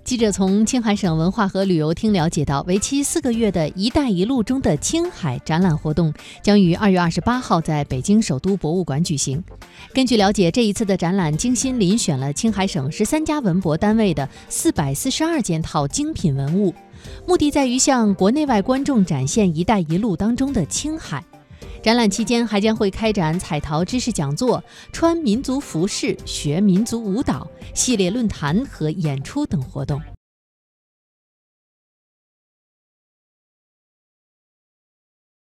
记者从青海省文化和旅游厅了解到，为期4个月的“一带一路”中的青海展览活动将于2月28号在北京首都博物馆举行。根据了解，这一次的展览精心遴选了青海省13家文博单位的442件套精品文物，目的在于向国内外观众展现“一带一路”当中的青海。展览期间还将会开展彩陶知识讲座、穿民族服饰、学民族舞蹈系列论坛和演出等活动。